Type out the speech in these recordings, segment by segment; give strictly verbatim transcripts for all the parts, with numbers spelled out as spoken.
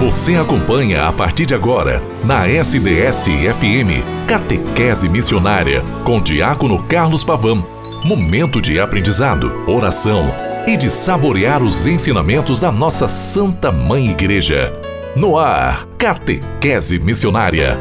Você acompanha a partir de agora, na S D S F M, Catequese Missionária, com Diácono Carlos Pavão. Momento de aprendizado, oração e de saborear os ensinamentos da nossa Santa Mãe Igreja. No ar, Catequese Missionária.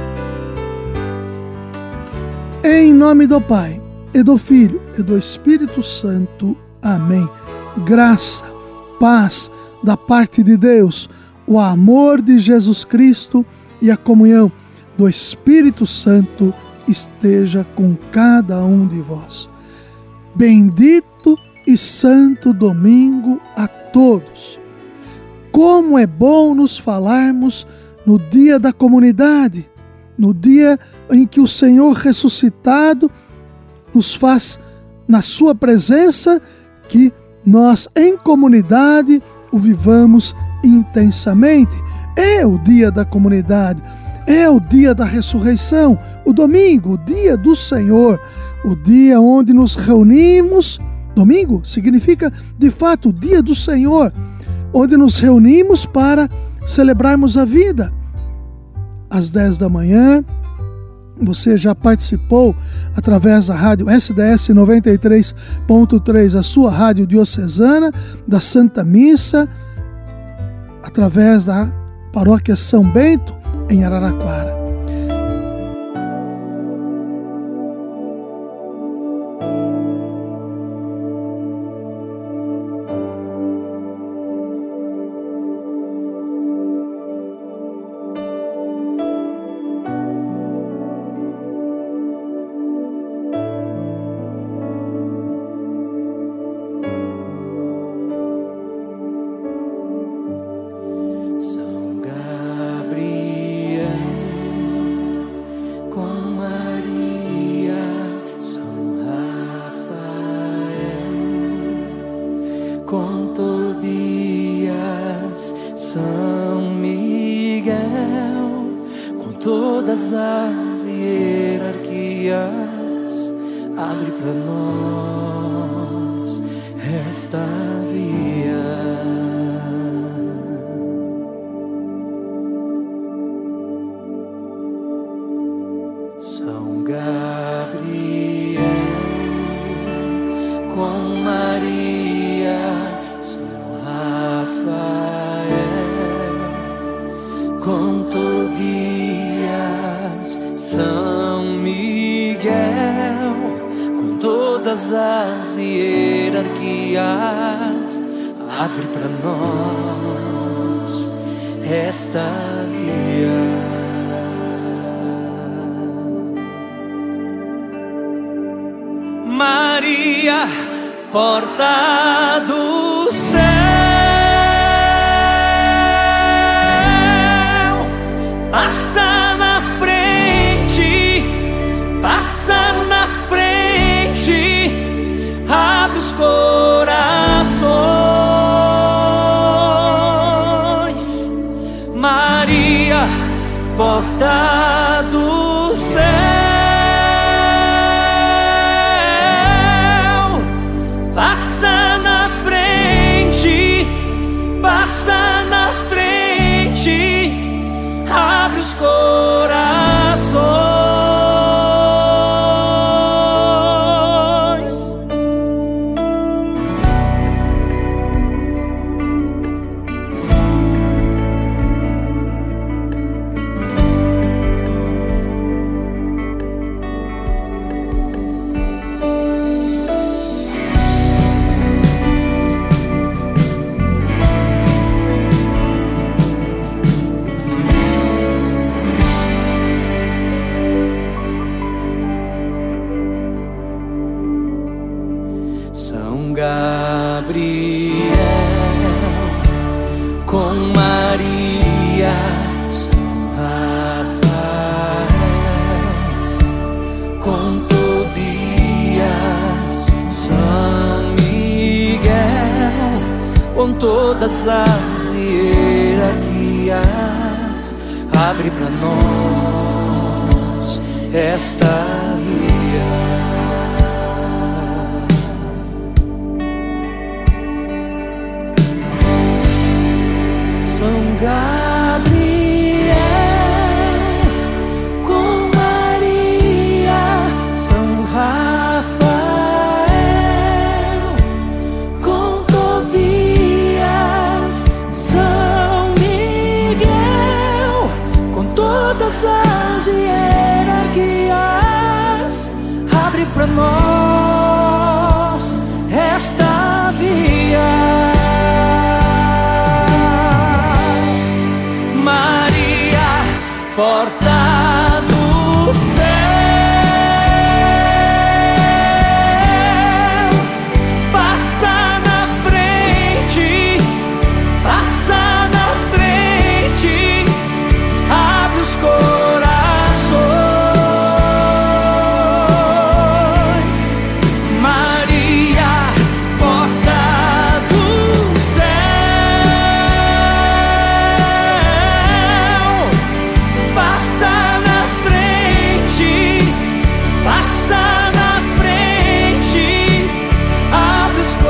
Em nome do Pai, e do Filho, e do Espírito Santo. Amém. Graça, paz da parte de Deus, o amor de Jesus Cristo e a comunhão do Espírito Santo esteja com cada um de vós. Bendito e santo domingo a todos. Como é bom nos falarmos no dia da comunidade, no dia em que o Senhor ressuscitado nos faz, na sua presença, que nós em comunidade o vivamos intensamente. É o dia da comunidade, é o dia da ressurreição, o domingo, o dia do Senhor, o dia onde nos reunimos. Domingo significa, de fato, o dia do Senhor, onde nos reunimos para celebrarmos a vida. Às dez da manhã, você já participou através da rádio S D S noventa e três ponto três, a sua rádio diocesana, da Santa Missa, através da Paróquia São Bento, em Araraquara. Com Tobias, São Miguel, com todas as hierarquias, abre para nós esta via. São Gabriel, com Maria, São Rafael, com Tobias, São Miguel, com todas as hierarquias, abre para nós esta via. Maria, porta do céu, passa na frente, passa na frente, abre os corações. Maria, porta do céu, passa na frente, passa na frente, abre os corações. São Gabriel, com Maria, São Rafael, com Tobias, São Miguel, com todas as hierarquias, abre para nós esta via. São Gabriel, pra nós esta via. Maria, porta do céu, passa na frente, passa na frente, abre os corações. Maria, porta do céu, passa na frente, passa na frente, abre os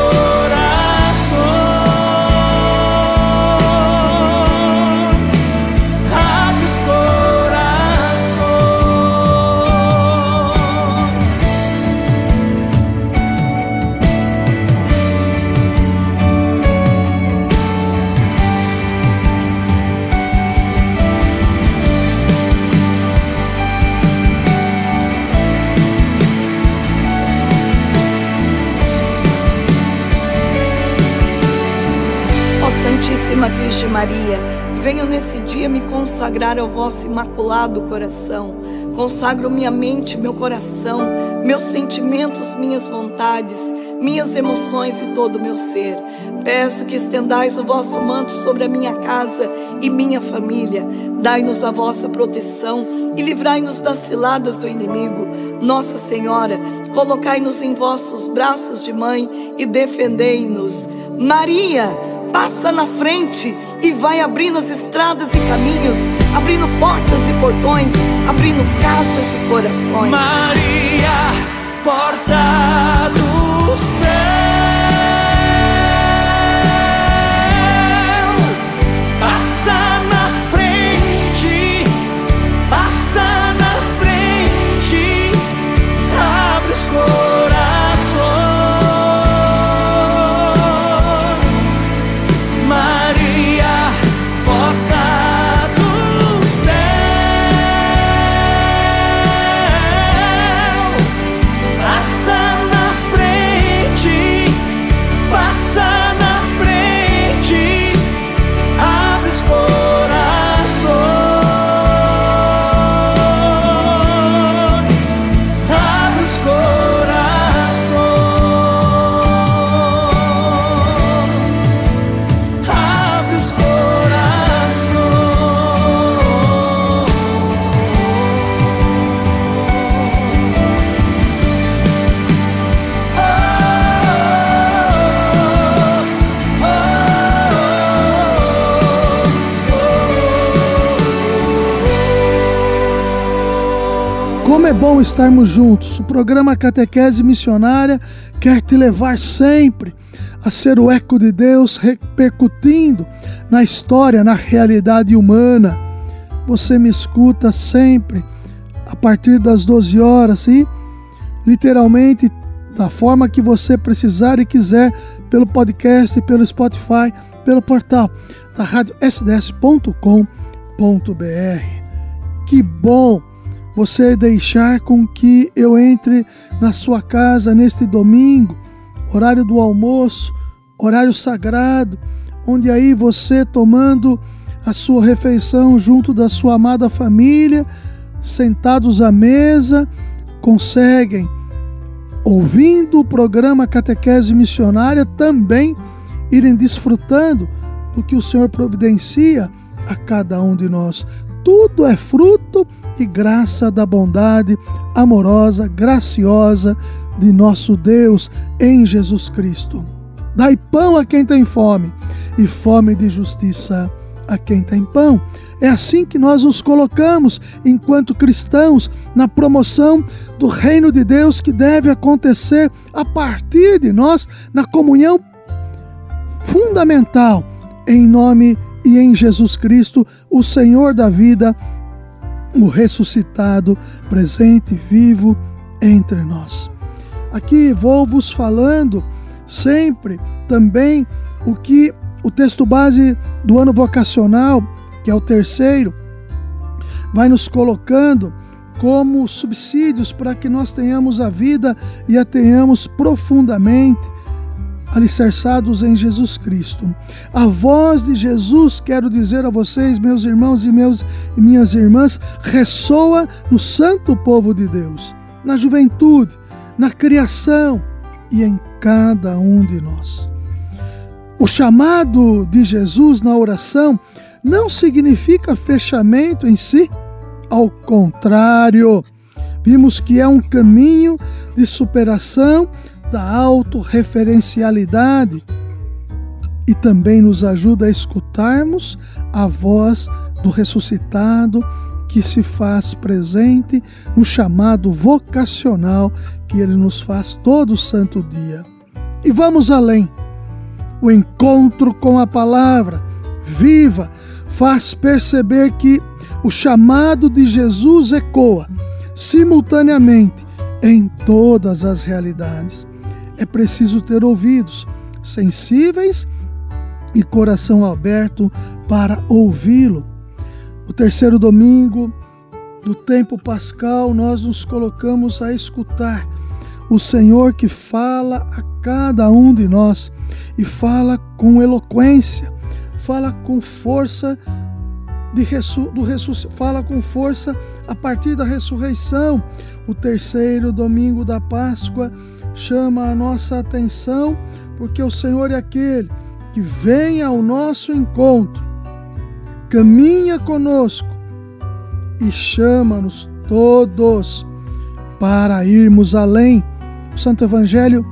corações, abre os corações. Ó Santíssima Virgem Maria, venho nesse dia me consagrar ao vosso imaculado coração. Consagro minha mente, meu coração, meus sentimentos, minhas vontades, minhas emoções e todo o meu ser. Peço que estendais o vosso manto sobre a minha casa e minha família. Dai-nos a vossa proteção e livrai-nos das ciladas do inimigo. Nossa Senhora, colocai-nos em vossos braços de mãe e defendei-nos. Maria, passa na frente e vai abrindo as estradas e caminhos, abrindo portas e portões, abrindo casas e corações. Maria, porta do céu, passa na frente, passa na frente, abre os corações. Maria, porta do céu, passa na frente, passa na frente, abre os corações, abre os corações, abre os corações. Como é bom estarmos juntos. O programa Catequese Missionária quer te levar sempre a ser o eco de Deus repercutindo na história, na realidade humana. Você me escuta sempre a partir das doze horas e literalmente da forma que você precisar e quiser, pelo podcast, pelo Spotify, pelo portal da rádio s d s ponto com ponto b r. Que bom você deixar com que eu entre na sua casa neste domingo, horário do almoço, horário sagrado, onde aí você tomando a sua refeição junto da sua amada família, sentados à mesa, conseguem, ouvindo o programa Catequese Missionária, também irem desfrutando do que o Senhor providencia a cada um de nós. Tudo é fruto e graça da bondade amorosa, graciosa de nosso Deus em Jesus Cristo. Dai pão a quem tem fome e fome de justiça a quem tem pão. É assim que nós nos colocamos enquanto cristãos na promoção do reino de Deus que deve acontecer a partir de nós na comunhão fundamental em nome e em Jesus Cristo, o Senhor da vida, o ressuscitado, presente, vivo entre nós. Aqui vou vos falando sempre também o que o texto base do ano vocacional, que é o terceiro, vai nos colocando como subsídios para que nós tenhamos a vida e a tenhamos profundamente alicerçados em Jesus Cristo. A voz de Jesus, quero dizer a vocês, meus irmãos e, meus, e minhas irmãs, ressoa no santo povo de Deus, na juventude, na criação e em cada um de nós. O chamado de Jesus na oração não significa fechamento em si, ao contrário, vimos que é um caminho de superação da autorreferencialidade e também nos ajuda a escutarmos a voz do ressuscitado que se faz presente no chamado vocacional que ele nos faz todo santo dia. E vamos além. O encontro com a palavra viva faz perceber que o chamado de Jesus ecoa simultaneamente em todas as realidades. É preciso ter ouvidos sensíveis e coração aberto para ouvi-lo. No terceiro domingo do tempo pascal, nós nos colocamos a escutar o Senhor que fala a cada um de nós e fala com eloquência, fala com força de ressu- do ressu- fala com força a partir da ressurreição. O terceiro domingo da Páscoa chama a nossa atenção porque o Senhor é aquele que vem ao nosso encontro, caminha conosco e chama-nos todos para irmos além. O Santo Evangelho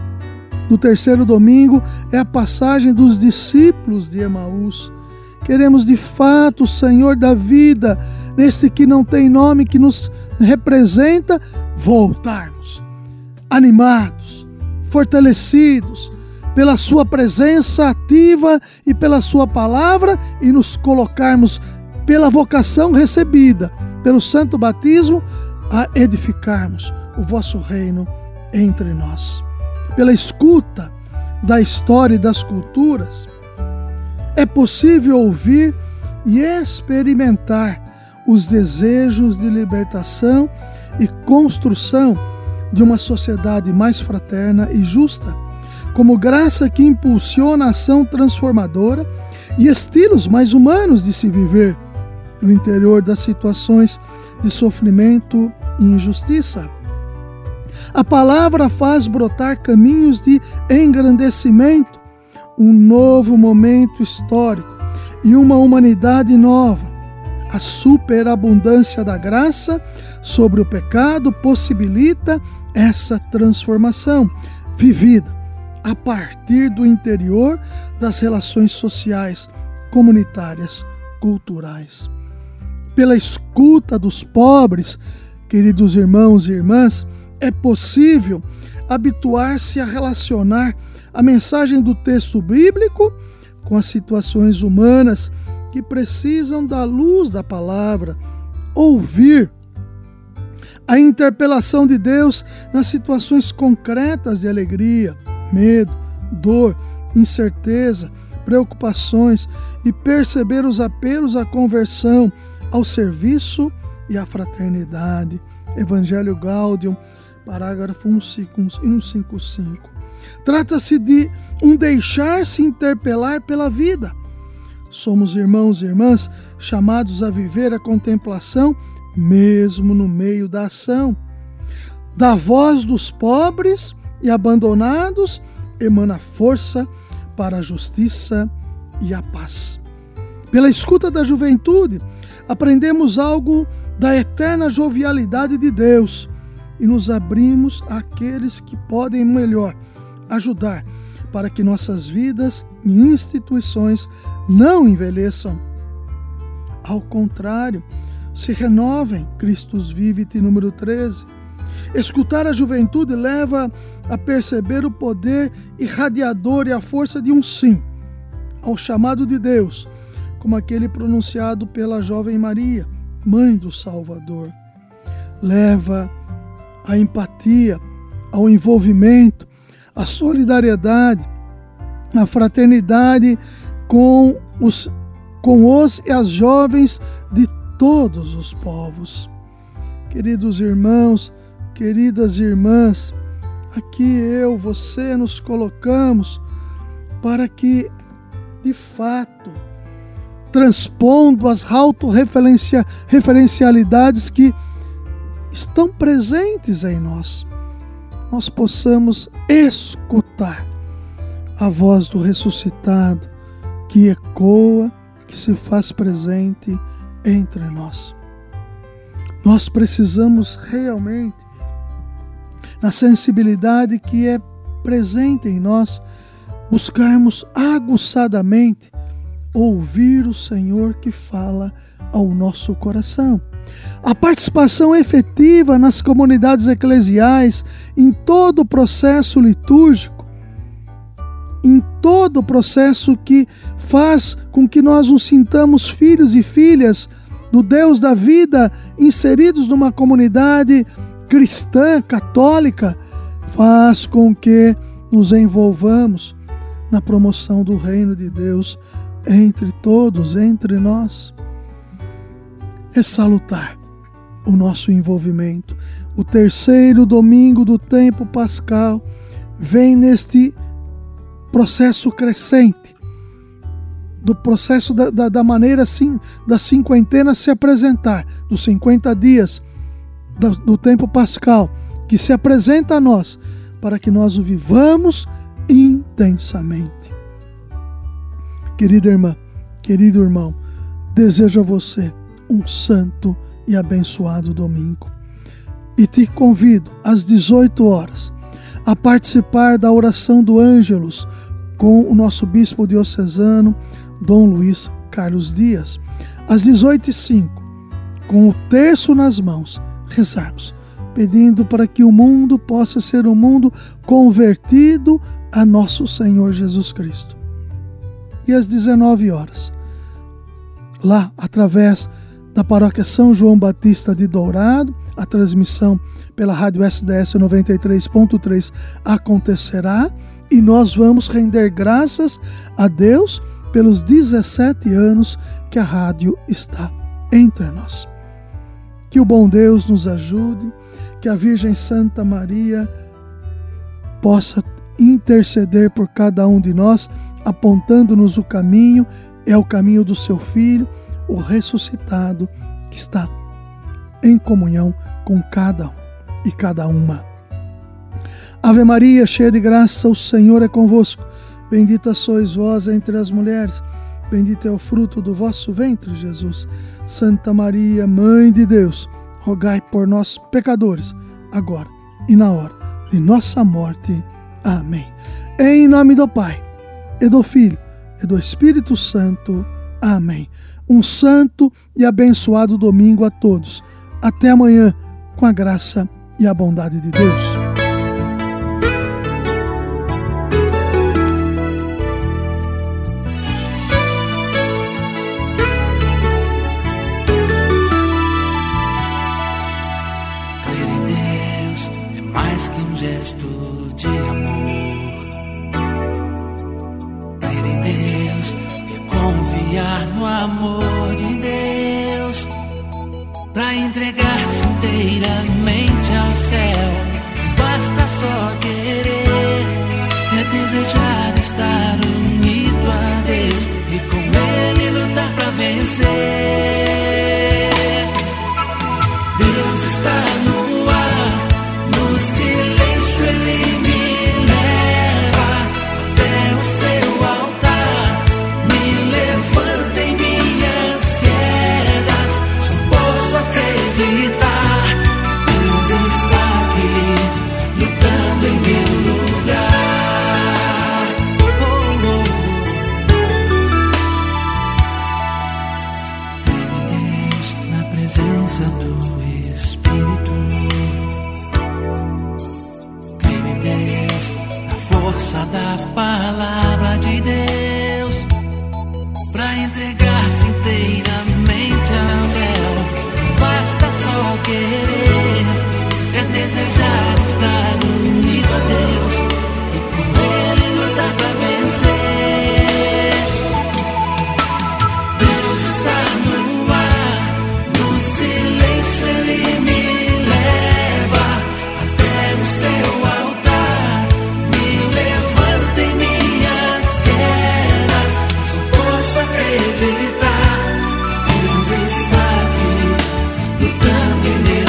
do terceiro domingo é a passagem dos discípulos de Emaús. Queremos de fato o Senhor da vida, neste que não tem nome, que nos representa, voltarmos animados, fortalecidos pela sua presença ativa e pela sua palavra e nos colocarmos pela vocação recebida, pelo santo batismo, a edificarmos o vosso reino entre nós. Pela escuta da história e das culturas, é possível ouvir e experimentar os desejos de libertação e construção de uma sociedade mais fraterna e justa, como graça que impulsiona a ação transformadora e estilos mais humanos de se viver no interior das situações de sofrimento e injustiça. A palavra faz brotar caminhos de engrandecimento, um novo momento histórico e uma humanidade nova. A superabundância da graça sobre o pecado possibilita essa transformação vivida a partir do interior das relações sociais, comunitárias, culturais. Pela escuta dos pobres, queridos irmãos e irmãs, é possível habituar-se a relacionar a mensagem do texto bíblico com as situações humanas que precisam da luz da palavra, ouvir a interpelação de Deus nas situações concretas de alegria, medo, dor, incerteza, preocupações e perceber os apelos à conversão, ao serviço e à fraternidade. Evangelho Gaudium, parágrafo cento e cinquenta e cinco. Trata-se de um deixar-se interpelar pela vida. Somos irmãos e irmãs chamados a viver a contemplação mesmo no meio da ação. Da voz dos pobres e abandonados emana força para a justiça e a paz. Pela escuta da juventude, aprendemos algo da eterna jovialidade de Deus e nos abrimos àqueles que podem melhor ajudar para que nossas vidas e instituições não envelheçam. Ao contrário, se renovem. Christus Vivit, número treze. Escutar a juventude leva a perceber o poder irradiador e a força de um sim ao chamado de Deus, como aquele pronunciado pela jovem Maria, mãe do Salvador. Leva a empatia, ao envolvimento, a solidariedade, a fraternidade com os, com os e as jovens de todos os povos. Queridos irmãos, queridas irmãs, aqui eu, você nos colocamos para que, de fato, transpondo as autorreferencialidades que estão presentes em nós, nós possamos escutar a voz do ressuscitado que ecoa, que se faz presente entre nós. Nós precisamos realmente, na sensibilidade que é presente em nós, buscarmos aguçadamente ouvir o Senhor que fala ao nosso coração. A participação efetiva nas comunidades eclesiais, em todo o processo litúrgico, em todo o processo que faz com que nós nos sintamos filhos e filhas do Deus da vida, inseridos numa comunidade cristã, católica, faz com que nos envolvamos na promoção do reino de Deus entre todos, entre nós. É salutar o nosso envolvimento. O terceiro domingo do tempo pascal vem neste processo crescente, do processo da, da, da maneira assim, da cinquentena se apresentar, dos cinquenta dias do, do tempo pascal, que se apresenta a nós, para que nós o vivamos intensamente. Querida irmã, querido irmão, desejo a você um santo e abençoado domingo. E te convido às dezoito horas a participar da oração do Ângelus com o nosso bispo diocesano, Dom Luiz Carlos Dias. Às dezoito e cinco, com o terço nas mãos, rezarmos, pedindo para que o mundo possa ser um mundo convertido a nosso Senhor Jesus Cristo. E às dezenove horas, lá através da paróquia São João Batista de Dourado, a transmissão pela rádio S D S noventa e três ponto três acontecerá e nós vamos render graças a Deus pelos dezessete anos que a rádio está entre nós. Que o bom Deus nos ajude, que a Virgem Santa Maria possa interceder por cada um de nós, apontando-nos o caminho, é o caminho do seu Filho, o ressuscitado, que está em comunhão com cada um e cada uma. Ave Maria, cheia de graça, o Senhor é convosco. Bendita sois vós entre as mulheres, bendito é o fruto do vosso ventre, Jesus. Santa Maria, Mãe de Deus, rogai por nós, pecadores, agora e na hora de nossa morte. Amém. Em nome do Pai, e do Filho, e do Espírito Santo. Amém. Um santo e abençoado domingo a todos. Até amanhã, com a graça e a bondade de Deus. Crer em Deus é mais que um gesto de amor. Crer em Deus é confiar no amor de Deus, pra entregar-se inteiramente ao céu. Basta só querer, é desejar estar unido a Deus e com Ele lutar pra vencer. Deus está no ar, no silêncio Ele me leva até o seu altar, me levanta em minhas quedas, só posso acreditar. Deus está aqui, lutando em meu lugar. Oh, oh. Crer em Deus na presença do Espírito. Crer em Deus na força da palavra de Deus, pra entregar-se inteiramente ao céu. Basta só querer, é desejar estar unido a Deus e com Ele lutar pra vencer. Deus está no ar, no silêncio Ele me acreditar. Deus está aqui, lutando em meu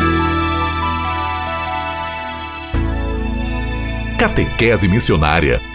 Catequese Missionária,